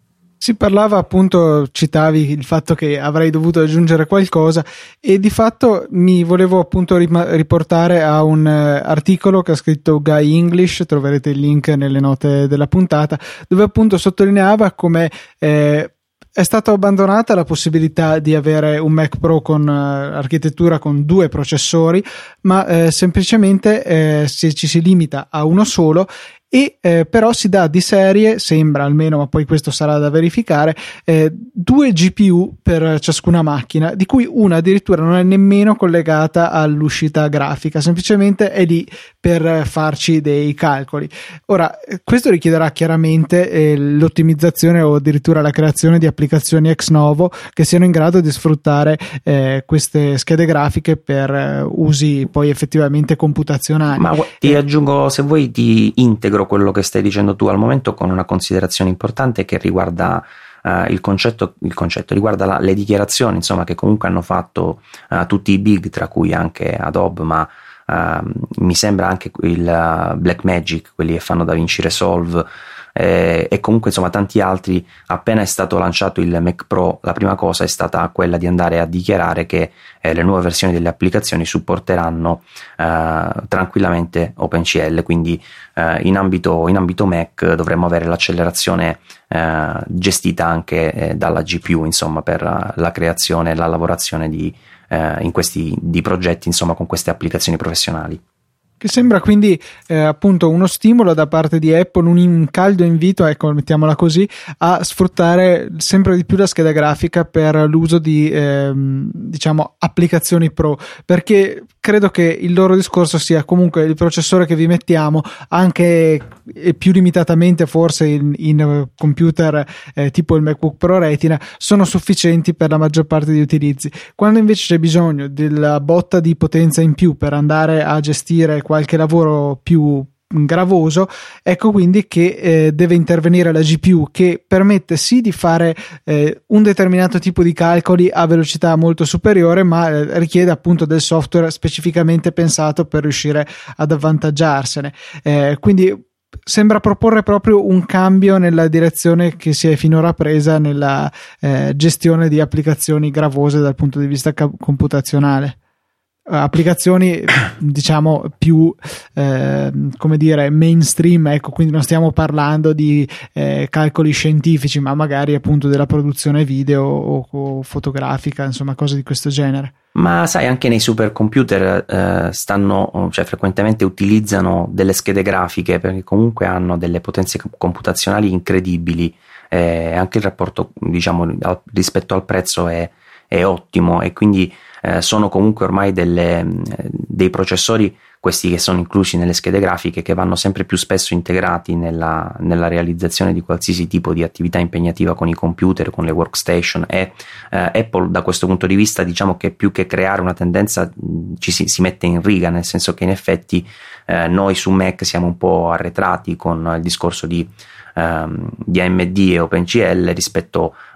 Si parlava, appunto, citavi il fatto che avrei dovuto aggiungere qualcosa, e di fatto mi volevo appunto riportare a un articolo che ha scritto Guy English, troverete il link nelle note della puntata, dove appunto sottolineava come eh, è stata abbandonata la possibilità di avere un Mac Pro con uh, architettura con due processori, ma eh, semplicemente eh, se ci si limita a uno solo, e eh, però si dà di serie, sembra almeno, ma poi questo sarà da verificare, eh, due G P U per ciascuna macchina, di cui una addirittura non è nemmeno collegata all'uscita grafica, semplicemente è lì per farci dei calcoli. Ora, questo richiederà chiaramente eh, l'ottimizzazione o addirittura la creazione di applicazioni ex novo che siano in grado di sfruttare eh, queste schede grafiche per eh, usi poi effettivamente computazionali. Ma ti aggiungo, se vuoi ti integro quello che stai dicendo tu al momento con una considerazione importante che riguarda uh, il concetto, il concetto riguarda la, le dichiarazioni, insomma, che comunque hanno fatto uh, tutti i big, tra cui anche Adobe, ma uh, mi sembra anche il uh, Blackmagic, quelli che fanno DaVinci Resolve, eh, e comunque insomma tanti altri. Appena è stato lanciato il Mac Pro, la prima cosa è stata quella di andare a dichiarare che eh, le nuove versioni delle applicazioni supporteranno eh, tranquillamente OpenCL, quindi eh, in ambito in ambito Mac dovremmo avere l'accelerazione eh, gestita anche eh, dalla G P U, insomma, per uh, la creazione e la lavorazione di eh, in questi di progetti, insomma, con queste applicazioni professionali. Che sembra quindi eh, appunto uno stimolo da parte di Apple, un, un caldo invito, ecco, mettiamola così, a sfruttare sempre di più la scheda grafica per l'uso di eh, diciamo applicazioni pro, perché credo che il loro discorso sia comunque il processore che vi mettiamo, anche e più limitatamente forse in, in computer eh, tipo il MacBook Pro Retina, sono sufficienti per la maggior parte degli utilizzi. Quando invece c'è bisogno della botta di potenza in più per andare a gestire qualche lavoro più gravoso, ecco quindi che eh, deve intervenire la G P U, che permette sì di fare eh, un determinato tipo di calcoli a velocità molto superiore, ma eh, richiede appunto del software specificamente pensato per riuscire ad avvantaggiarsene. Eh, quindi sembra proporre proprio un cambio nella direzione che si è finora presa nella eh, gestione di applicazioni gravose dal punto di vista ca- computazionale. Applicazioni diciamo più eh, come dire mainstream, ecco, quindi non stiamo parlando di eh, calcoli scientifici, ma magari appunto della produzione video o, o fotografica, insomma cose di questo genere. Ma sai, anche nei supercomputer eh, stanno, cioè frequentemente utilizzano delle schede grafiche, perché comunque hanno delle potenze computazionali incredibili, eh, anche il rapporto, diciamo, al, rispetto al prezzo è, è ottimo, e quindi Eh, sono comunque ormai delle, dei processori, questi che sono inclusi nelle schede grafiche, che vanno sempre più spesso integrati nella, nella realizzazione di qualsiasi tipo di attività impegnativa con i computer, con le workstation, e eh, Apple da questo punto di vista, diciamo che più che creare una tendenza ci si, si mette in riga, nel senso che in effetti eh, noi su Mac siamo un po' arretrati con il discorso di, ehm, di A M D e OpenCL rispetto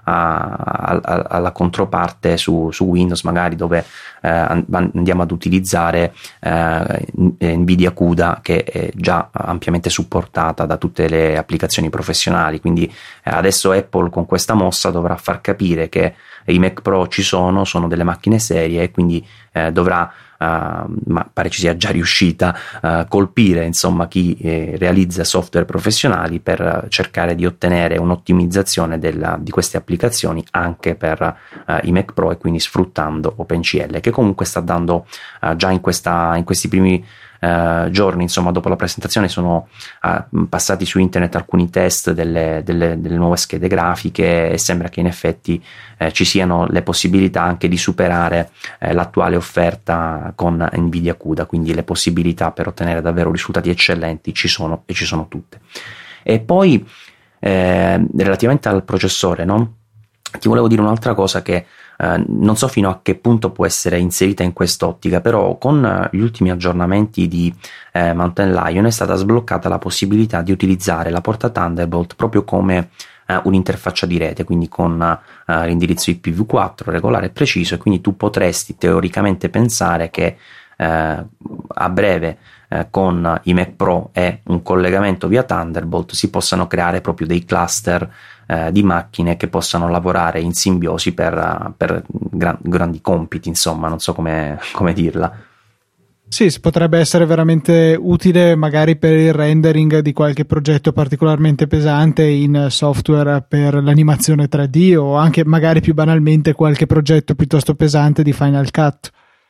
a, a, alla controparte su, su Windows, magari dove eh, andiamo ad utilizzare eh, Nvidia CUDA, che è già ampiamente supportata da tutte le applicazioni professionali. Quindi eh, adesso Apple con questa mossa dovrà far capire che i Mac Pro ci sono, sono delle macchine serie, e quindi eh, dovrà Uh, ma pare ci sia già riuscita a uh, colpire insomma chi eh, realizza software professionali per uh, cercare di ottenere un'ottimizzazione della, di queste applicazioni anche per uh, i Mac Pro, e quindi sfruttando OpenCL, che comunque sta dando uh, già in, questa, in questi primi Uh, giorni, insomma, dopo la presentazione sono uh, passati su internet alcuni test delle, delle, delle nuove schede grafiche, e sembra che in effetti eh, ci siano le possibilità anche di superare eh, l'attuale offerta con Nvidia CUDA, quindi le possibilità per ottenere davvero risultati eccellenti ci sono, e ci sono tutte. E poi eh, relativamente al processore, no? Ti volevo dire un'altra cosa che Uh, non so fino a che punto può essere inserita in quest'ottica, però con uh, gli ultimi aggiornamenti di uh, Mountain Lion è stata sbloccata la possibilità di utilizzare la porta Thunderbolt proprio come uh, un'interfaccia di rete, quindi con uh, l'indirizzo I P v quattro regolare e preciso, e quindi tu potresti teoricamente pensare che uh, a breve uh, con i Mac Pro e un collegamento via Thunderbolt si possano creare proprio dei cluster Eh, di macchine che possano lavorare in simbiosi per, per gran, grandi compiti, insomma, non so come, come dirla. Sì, potrebbe essere veramente utile magari per il rendering di qualche progetto particolarmente pesante in software per l'animazione tre D, o anche magari più banalmente qualche progetto piuttosto pesante di Final Cut.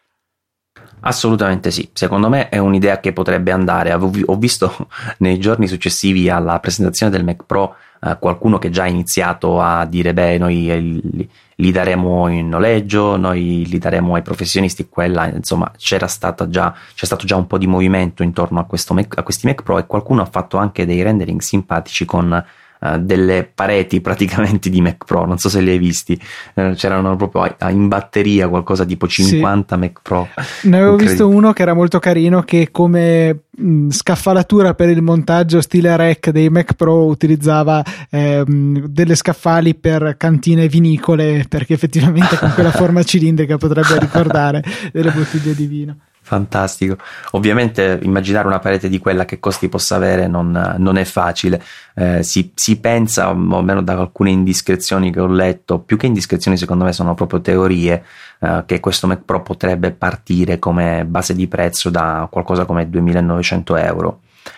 Assolutamente sì, secondo me è un'idea che potrebbe andare. Ho visto nei giorni successivi alla presentazione del Mac Pro Uh, qualcuno che già ha iniziato a dire beh, noi li, li daremo in noleggio, noi li daremo ai professionisti, quella, insomma c'era stata già c'è stato già un po' di movimento intorno a, questo Mac, a questi Mac Pro, e qualcuno ha fatto anche dei rendering simpatici con Uh, delle pareti praticamente di Mac Pro, non so se li hai visti, uh, c'erano proprio a, a in batteria qualcosa tipo cinquanta sì. Mac Pro. Ne avevo visto uno che era molto carino, che come mh, scaffalatura per il montaggio stile rec dei Mac Pro utilizzava ehm, delle scaffali per cantine vinicole, perché effettivamente con quella forma cilindrica potrebbe ricordare delle bottiglie di vino. Fantastico. Ovviamente immaginare una parete di quella che costi possa avere non, non è facile. Eh, si, si pensa, o almeno da alcune indiscrezioni che ho letto, più che indiscrezioni secondo me sono proprio teorie, eh, che questo Mac Pro potrebbe partire come base di prezzo da qualcosa come duemilanovecento euro.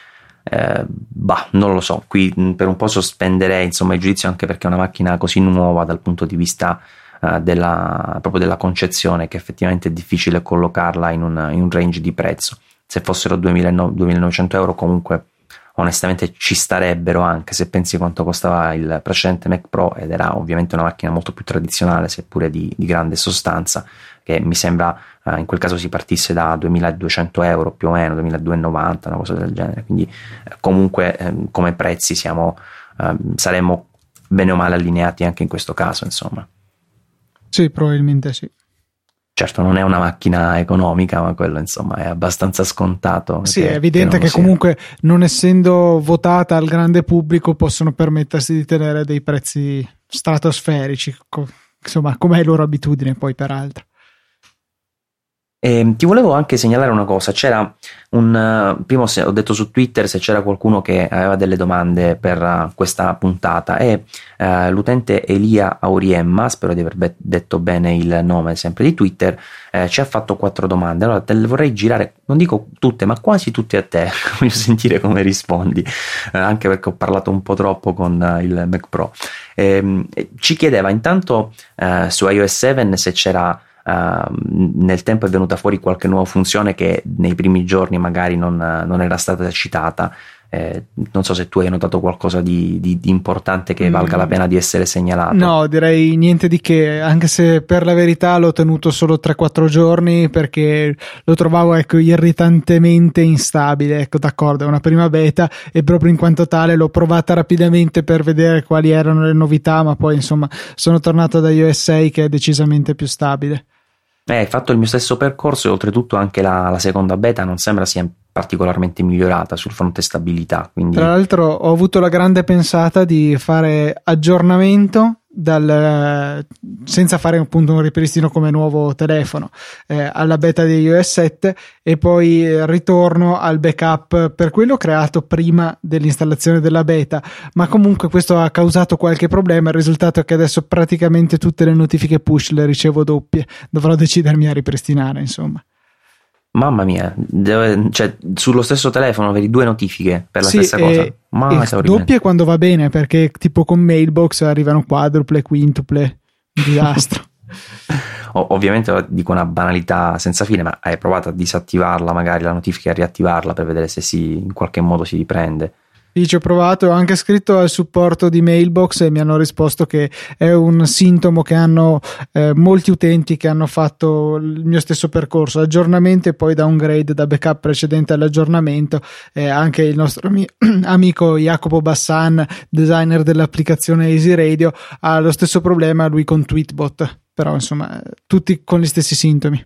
Eh, bah, non lo so, qui per un po' sospenderei insomma il giudizio, anche perché è una macchina così nuova dal punto di vista Della, proprio della concezione, che effettivamente è difficile collocarla in un, in un range di prezzo. Se fossero duemilanovecento euro comunque onestamente ci starebbero, anche se pensi quanto costava il precedente Mac Pro, ed era ovviamente una macchina molto più tradizionale seppure di, di grande sostanza, che mi sembra eh, in quel caso si partisse da duemiladuecento euro più o meno, duemiladuecentonovanta, una cosa del genere. Quindi eh, comunque eh, come prezzi siamo eh, saremmo bene o male allineati anche in questo caso, insomma. Sì, probabilmente sì. Certo, non è una macchina economica, ma quello insomma è abbastanza scontato. Sì, che, è evidente che, che comunque, non essendo votata al grande pubblico, possono permettersi di tenere dei prezzi stratosferici, insomma, come è loro abitudine poi peraltro. E ti volevo anche segnalare una cosa, c'era un, prima ho detto su Twitter se c'era qualcuno che aveva delle domande per questa puntata, e uh, l'utente Elia Auriemma, spero di aver be- detto bene il nome sempre di Twitter, eh, ci ha fatto quattro domande. Allora te le vorrei girare, non dico tutte ma quasi tutte a te, voglio sentire come rispondi, eh, anche perché ho parlato un po' troppo con uh, il Mac Pro. E, ci chiedeva intanto uh, su iOS sette se c'era Uh, nel tempo è venuta fuori qualche nuova funzione che nei primi giorni magari non, non era stata citata. Eh, non so se tu hai notato qualcosa di, di, di importante che valga mm. la pena di essere segnalato. No, direi niente di che, anche se per la verità l'ho tenuto solo tre quattro giorni perché lo trovavo, ecco, irritantemente instabile. Ecco, d'accordo, è una prima beta e proprio in quanto tale l'ho provata rapidamente per vedere quali erano le novità, ma poi insomma sono tornato da iOS sei che è decisamente più stabile. Eh, hai fatto il mio stesso percorso, e oltretutto anche la, la seconda beta non sembra sia particolarmente migliorata sul fronte stabilità. Quindi... Tra l'altro ho avuto la grande pensata di fare aggiornamento dal, senza fare appunto un ripristino come nuovo telefono, eh, alla beta di iOS sette e poi ritorno al backup per quello creato prima dell'installazione della beta, ma comunque questo ha causato qualche problema. Il risultato è che adesso praticamente tutte le notifiche push le ricevo doppie, dovrò decidermi a ripristinare, insomma. Mamma mia, deve, cioè sullo stesso telefono vedi due notifiche per la sì, stessa cosa. Ma doppie quando va bene, perché tipo con Mailbox arrivano quadruple, quintuple, un disastro. Ovviamente dico una banalità senza fine, ma hai provato a disattivarla magari la notifica e a riattivarla per vedere se si in qualche modo si riprende? Sì, ci ho provato, ho anche scritto al supporto di Mailbox e mi hanno risposto che è un sintomo che hanno eh, molti utenti che hanno fatto il mio stesso percorso, aggiornamento e poi downgrade da backup precedente all'aggiornamento. Eh, anche il nostro ami- amico Jacopo Bassan, designer dell'applicazione Easy Radio, ha lo stesso problema lui con Tweetbot, però insomma tutti con gli stessi sintomi.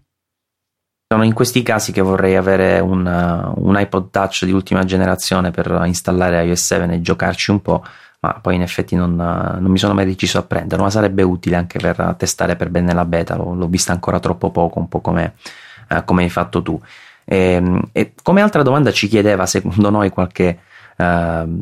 Sono in questi casi che vorrei avere un, uh, un iPod Touch di ultima generazione per installare iOS sette e giocarci un po', ma poi in effetti non, uh, non mi sono mai deciso a prenderlo, ma sarebbe utile anche per testare per bene la beta. L'ho, l'ho vista ancora troppo poco, un po' come, uh, come hai fatto tu. E, e come altra domanda ci chiedeva secondo noi qualche uh,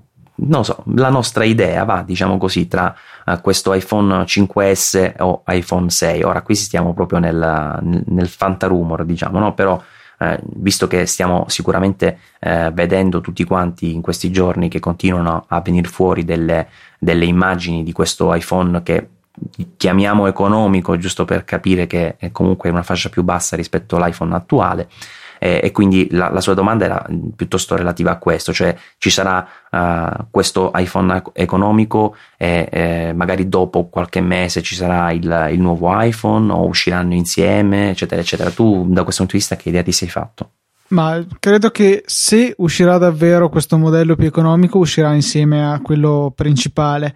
non so, la nostra idea va, diciamo così, tra uh, questo iPhone cinque esse o iPhone sei. Ora qui stiamo proprio nel, nel fantarumor, diciamo, no? Però eh, visto che stiamo sicuramente eh, vedendo tutti quanti in questi giorni che continuano a venire fuori delle, delle immagini di questo iPhone che chiamiamo economico, giusto per capire che è comunque una fascia più bassa rispetto all'iPhone attuale. E, e quindi la, la sua domanda era piuttosto relativa a questo, cioè ci sarà uh, questo iPhone economico e eh, magari dopo qualche mese ci sarà il, il nuovo iPhone o usciranno insieme, eccetera eccetera. Tu da questo punto di vista che idea ti sei fatto? Ma credo che se uscirà davvero questo modello più economico uscirà insieme a quello principale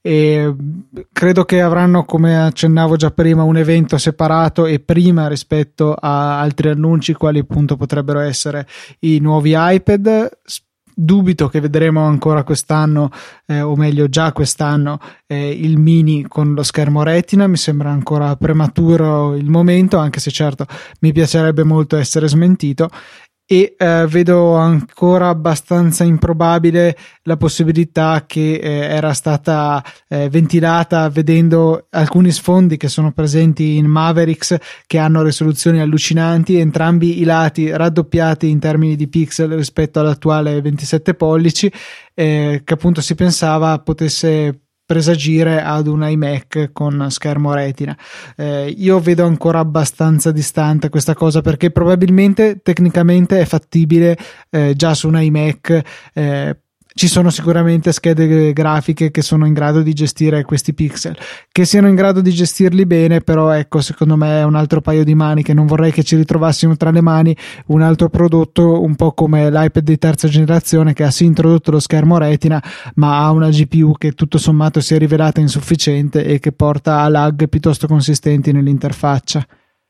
e credo che avranno, come accennavo già prima, un evento separato e prima rispetto a altri annunci quali appunto potrebbero essere i nuovi iPad. Dubito che vedremo ancora quest'anno, eh, o meglio già quest'anno, eh, il mini con lo schermo Retina. Mi sembra ancora prematuro il momento, anche se certo mi piacerebbe molto essere smentito. E eh, vedo ancora abbastanza improbabile la possibilità che eh, era stata eh, ventilata vedendo alcuni sfondi che sono presenti in Mavericks che hanno risoluzioni allucinanti, entrambi i lati raddoppiati in termini di pixel rispetto all'attuale ventisette pollici, eh, che appunto si pensava potesse presagire ad un iMac con schermo Retina. Eh, io vedo ancora abbastanza distante questa cosa perché probabilmente tecnicamente è fattibile eh, già su un iMac. Eh, ci sono sicuramente schede grafiche che sono in grado di gestire questi pixel, che siano in grado di gestirli bene, però ecco, secondo me è un altro paio di maniche. Non vorrei che ci ritrovassimo tra le mani un altro prodotto un po' come l'iPad di terza generazione che ha sì introdotto lo schermo Retina ma ha una G P U che tutto sommato si è rivelata insufficiente e che porta a lag piuttosto consistenti nell'interfaccia.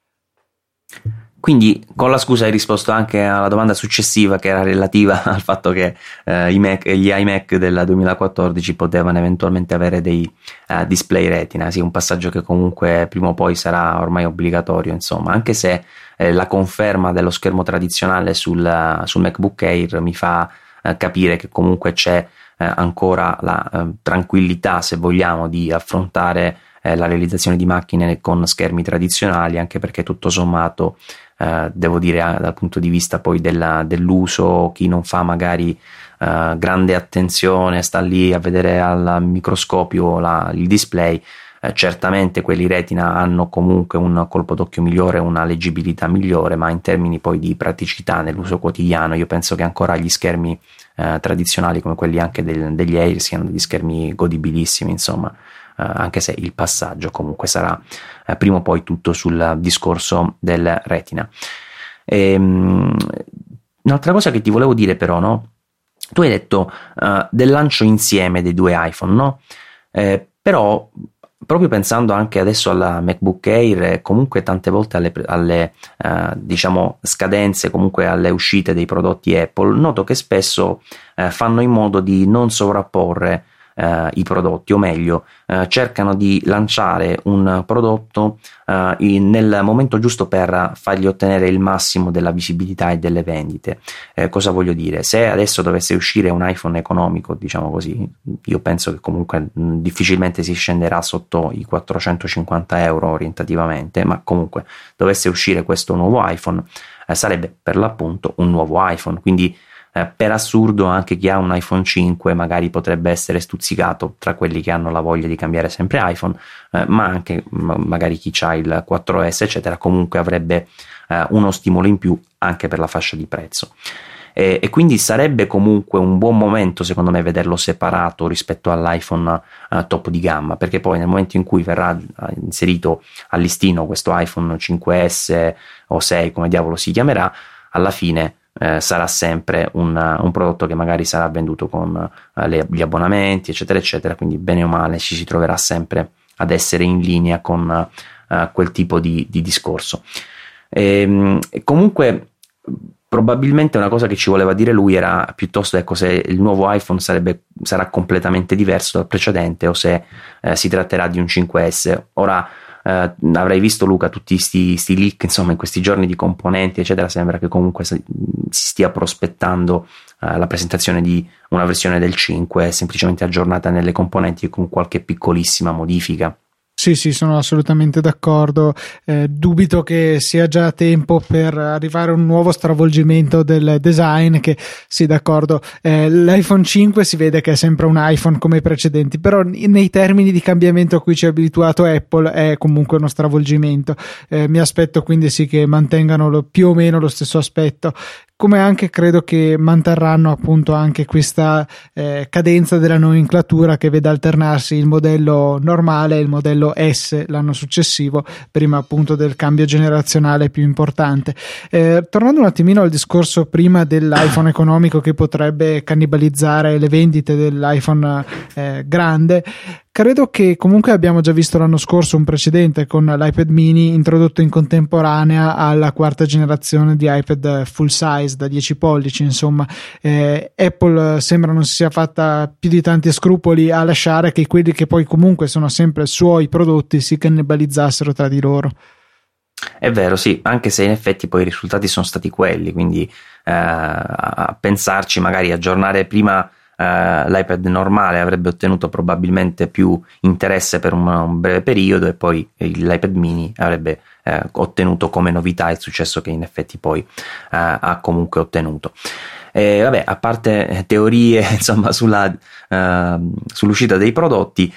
Quindi con la scusa hai risposto anche alla domanda successiva che era relativa al fatto che eh, i Mac, gli iMac del duemilaquattordici potevano eventualmente avere dei uh, display Retina. Sì, un passaggio che comunque prima o poi sarà ormai obbligatorio, insomma, anche se eh, la conferma dello schermo tradizionale sul, sul MacBook Air mi fa eh, capire che comunque c'è eh, ancora la eh, tranquillità, se vogliamo, di affrontare eh, la realizzazione di macchine con schermi tradizionali, anche perché tutto sommato Uh, devo dire uh, dal punto di vista poi della, dell'uso, chi non fa magari uh, grande attenzione, sta lì a vedere al microscopio la, il display, uh, certamente quelli Retina hanno comunque un colpo d'occhio migliore, una leggibilità migliore, ma in termini poi di praticità nell'uso quotidiano io penso che ancora gli schermi uh, tradizionali come quelli anche del, degli Air siano degli schermi godibilissimi, insomma. Uh, anche se il passaggio comunque sarà uh, prima o poi tutto sul discorso del Retina. E, um, un'altra cosa che ti volevo dire però, no? Tu hai detto uh, del lancio insieme dei due iPhone, no? Eh, però proprio pensando anche adesso alla MacBook Air e comunque tante volte alle, alle uh, diciamo scadenze, comunque alle uscite dei prodotti Apple, noto che spesso uh, fanno in modo di non sovrapporre eh, i prodotti, o meglio eh, cercano di lanciare un prodotto eh, in, nel momento giusto per fargli ottenere il massimo della visibilità e delle vendite. Eh, cosa voglio dire? Se adesso dovesse uscire un iPhone economico, diciamo così, io penso che comunque mh, difficilmente si scenderà sotto i quattrocentocinquanta euro orientativamente, ma comunque dovesse uscire questo nuovo iPhone, eh, sarebbe per l'appunto un nuovo iPhone, quindi Eh, per assurdo anche chi ha un iPhone cinque magari potrebbe essere stuzzicato tra quelli che hanno la voglia di cambiare sempre iPhone, eh, ma anche m- magari chi ha il quattro S eccetera comunque avrebbe eh, uno stimolo in più anche per la fascia di prezzo, e, e quindi sarebbe comunque un buon momento secondo me vederlo separato rispetto all'iPhone eh, top di gamma, perché poi nel momento in cui verrà inserito al listino questo iPhone cinque S o sei, come diavolo si chiamerà, alla fine Eh, sarà sempre un, un prodotto che magari sarà venduto con eh, le, gli abbonamenti eccetera eccetera, quindi bene o male ci si troverà sempre ad essere in linea con eh, quel tipo di, di discorso. E, e comunque probabilmente una cosa che ci voleva dire lui era piuttosto ecco se il nuovo iPhone sarebbe, sarà completamente diverso dal precedente o se eh, si tratterà di un cinque S. Ora Uh, avrai visto, Luca, tutti sti, sti leak insomma in questi giorni di componenti eccetera, sembra che comunque si stia prospettando uh, la presentazione di una versione del cinque semplicemente aggiornata nelle componenti e con qualche piccolissima modifica. Sì, sì, sono assolutamente d'accordo. Eh, dubito che sia già tempo per arrivare a un nuovo stravolgimento del design, che sì, d'accordo, eh, l'iPhone cinque si vede che è sempre un iPhone come i precedenti, però nei termini di cambiamento a cui ci ha abituato Apple è comunque uno stravolgimento. Eh, mi aspetto quindi sì che mantengano lo, più o meno lo stesso aspetto, come anche credo che manterranno appunto anche questa eh, cadenza della nomenclatura che vede alternarsi il modello normale e il modello S l'anno successivo, prima appunto del cambio generazionale più importante. Eh, tornando un attimino al discorso prima dell'iPhone economico che potrebbe cannibalizzare le vendite dell'iPhone eh, grande, credo che comunque abbiamo già visto l'anno scorso un precedente con l'iPad mini introdotto in contemporanea alla quarta generazione di iPad full size da dieci pollici. Insomma, eh, Apple sembra non si sia fatta più di tanti scrupoli a lasciare che quelli che poi comunque sono sempre suoi prodotti si cannibalizzassero tra di loro. È vero, sì, anche se in effetti poi i risultati sono stati quelli, quindi eh, a pensarci, magari aggiornare prima Uh, l'iPad normale avrebbe ottenuto probabilmente più interesse per un, un breve periodo, e poi l'iPad mini avrebbe uh, ottenuto come novità il successo che in effetti poi uh, ha comunque ottenuto. E vabbè, a parte teorie insomma sulla, uh, sull'uscita dei prodotti,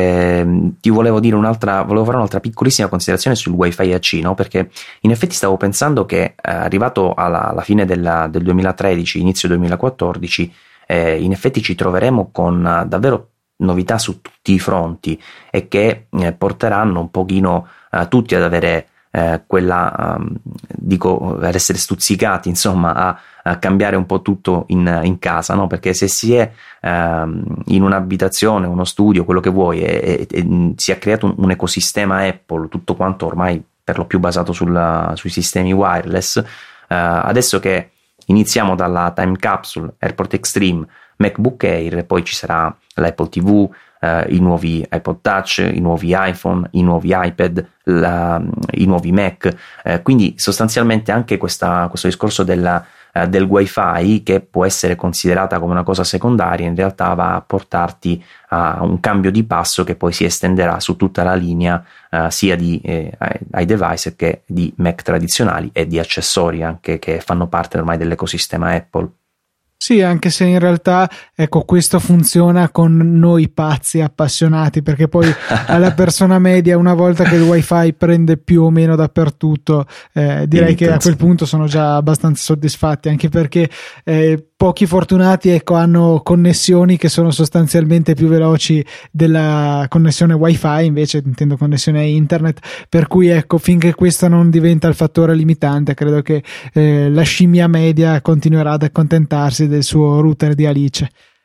eh, ti volevo dire un'altra, volevo fare un'altra piccolissima considerazione sul Wi-Fi A C, no? Perché in effetti stavo pensando che eh, arrivato alla, alla fine della, del duemilatredici, inizio duemilaquattordici, Eh, in effetti ci troveremo con uh, davvero novità su tutti i fronti, e che eh, porteranno un pochino uh, tutti ad avere eh, quella, um, dico, ad essere stuzzicati insomma a, a cambiare un po' tutto in, in casa, no? Perché se si è um, in un'abitazione, uno studio, quello che vuoi, e, e, e si è creato un, un ecosistema Apple, tutto quanto ormai per lo più basato sulla, sui sistemi wireless, uh, adesso che iniziamo dalla Time Capsule, AirPort Extreme, MacBook Air, poi ci sarà l'Apple ti vu, eh, i nuovi iPod Touch, i nuovi iPhone, i nuovi iPad, la, i nuovi Mac, eh, quindi sostanzialmente anche questa, questo discorso della, eh, del Wi-Fi, che può essere considerata come una cosa secondaria, in realtà va a portarti a un cambio di passo che poi si estenderà su tutta la linea Uh, sia di eh, ai device che di Mac tradizionali e di accessori anche che fanno parte ormai dell'ecosistema Apple. Sì, anche se in realtà, ecco, questo funziona con noi pazzi appassionati, perché poi alla persona media, una volta che il wifi prende più o meno dappertutto, eh, direi che a quel punto sono già abbastanza soddisfatti, anche perché eh, pochi fortunati, ecco, hanno connessioni che sono sostanzialmente più veloci della connessione wifi, invece intendo connessione internet, per cui ecco, finché questo non diventa il fattore limitante, credo che eh, la scimmia media continuerà ad accontentarsi del suo router di Alice.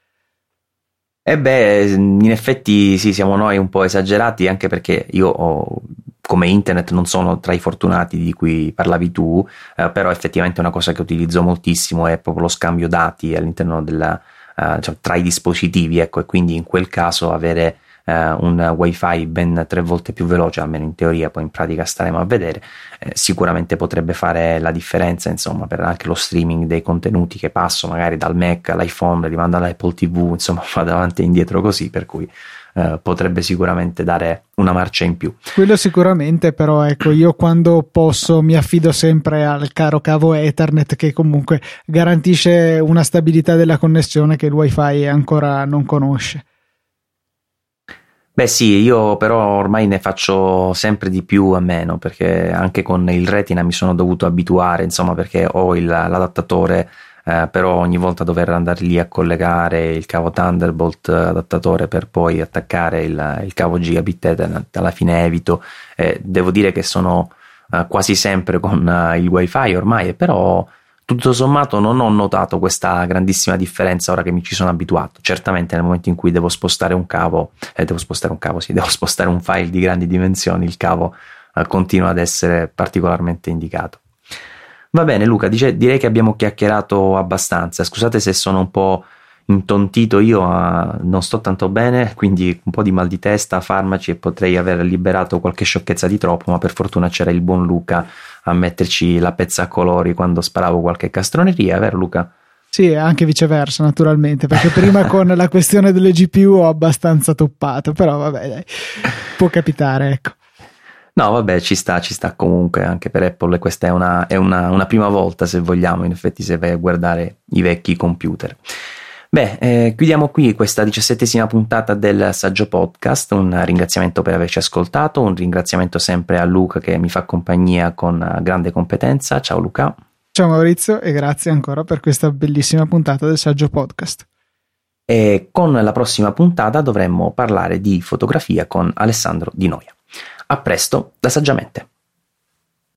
E beh, in effetti sì, siamo noi un po' esagerati, anche perché io ho, come internet non sono tra i fortunati di cui parlavi tu, eh, però effettivamente una cosa che utilizzo moltissimo è proprio lo scambio dati all'interno della, uh, cioè, tra i dispositivi, ecco, e quindi in quel caso avere Uh, un wifi ben tre volte più veloce, almeno in teoria, poi in pratica staremo a vedere, eh, sicuramente potrebbe fare la differenza, insomma, per anche lo streaming dei contenuti che passo magari dal Mac all'iPhone, li mando all'Apple tivù, insomma vado avanti e indietro così, per cui uh, potrebbe sicuramente dare una marcia in più. Quello sicuramente, però ecco, io quando posso mi affido sempre al caro cavo Ethernet, che comunque garantisce una stabilità della connessione che il wifi ancora non conosce. Beh sì, io però ormai ne faccio sempre di più a meno, perché anche con il Retina mi sono dovuto abituare, insomma, perché ho il, l'adattatore, eh, però ogni volta dover andare lì a collegare il cavo Thunderbolt adattatore per poi attaccare il, il cavo Gigabit Ethernet, alla fine evito. Eh, devo dire che sono eh, quasi sempre con eh, il wifi ormai, però tutto sommato non ho notato questa grandissima differenza ora che mi ci sono abituato. Certamente nel momento in cui devo spostare un cavo, eh, devo spostare un cavo, sì, devo spostare un file di grandi dimensioni, il cavo eh, continua ad essere particolarmente indicato. Va bene Luca, dice, direi che abbiamo chiacchierato abbastanza. Scusate se sono un po' intontito, io uh, non sto tanto bene, quindi un po' di mal di testa, farmaci, e potrei aver liberato qualche sciocchezza di troppo, ma per fortuna c'era il buon Luca a metterci la pezza a colori quando sparavo qualche castroneria, vero Luca? Sì, anche viceversa naturalmente, perché prima con la questione delle G P U ho abbastanza toppato, però vabbè dai, può capitare, ecco. No, vabbè, ci sta, ci sta comunque, anche per Apple questa è una, è una, una prima volta, se vogliamo, in effetti, se vai a guardare i vecchi computer. Beh, eh, chiudiamo qui questa diciassettesima puntata del Saggio Podcast. Un ringraziamento per averci ascoltato, un ringraziamento sempre a Luca che mi fa compagnia con grande competenza. Ciao Luca. Ciao Maurizio, e grazie ancora per questa bellissima puntata del Saggio Podcast. E con la prossima puntata dovremmo parlare di fotografia con Alessandro Di Noia. A presto da Saggiamente.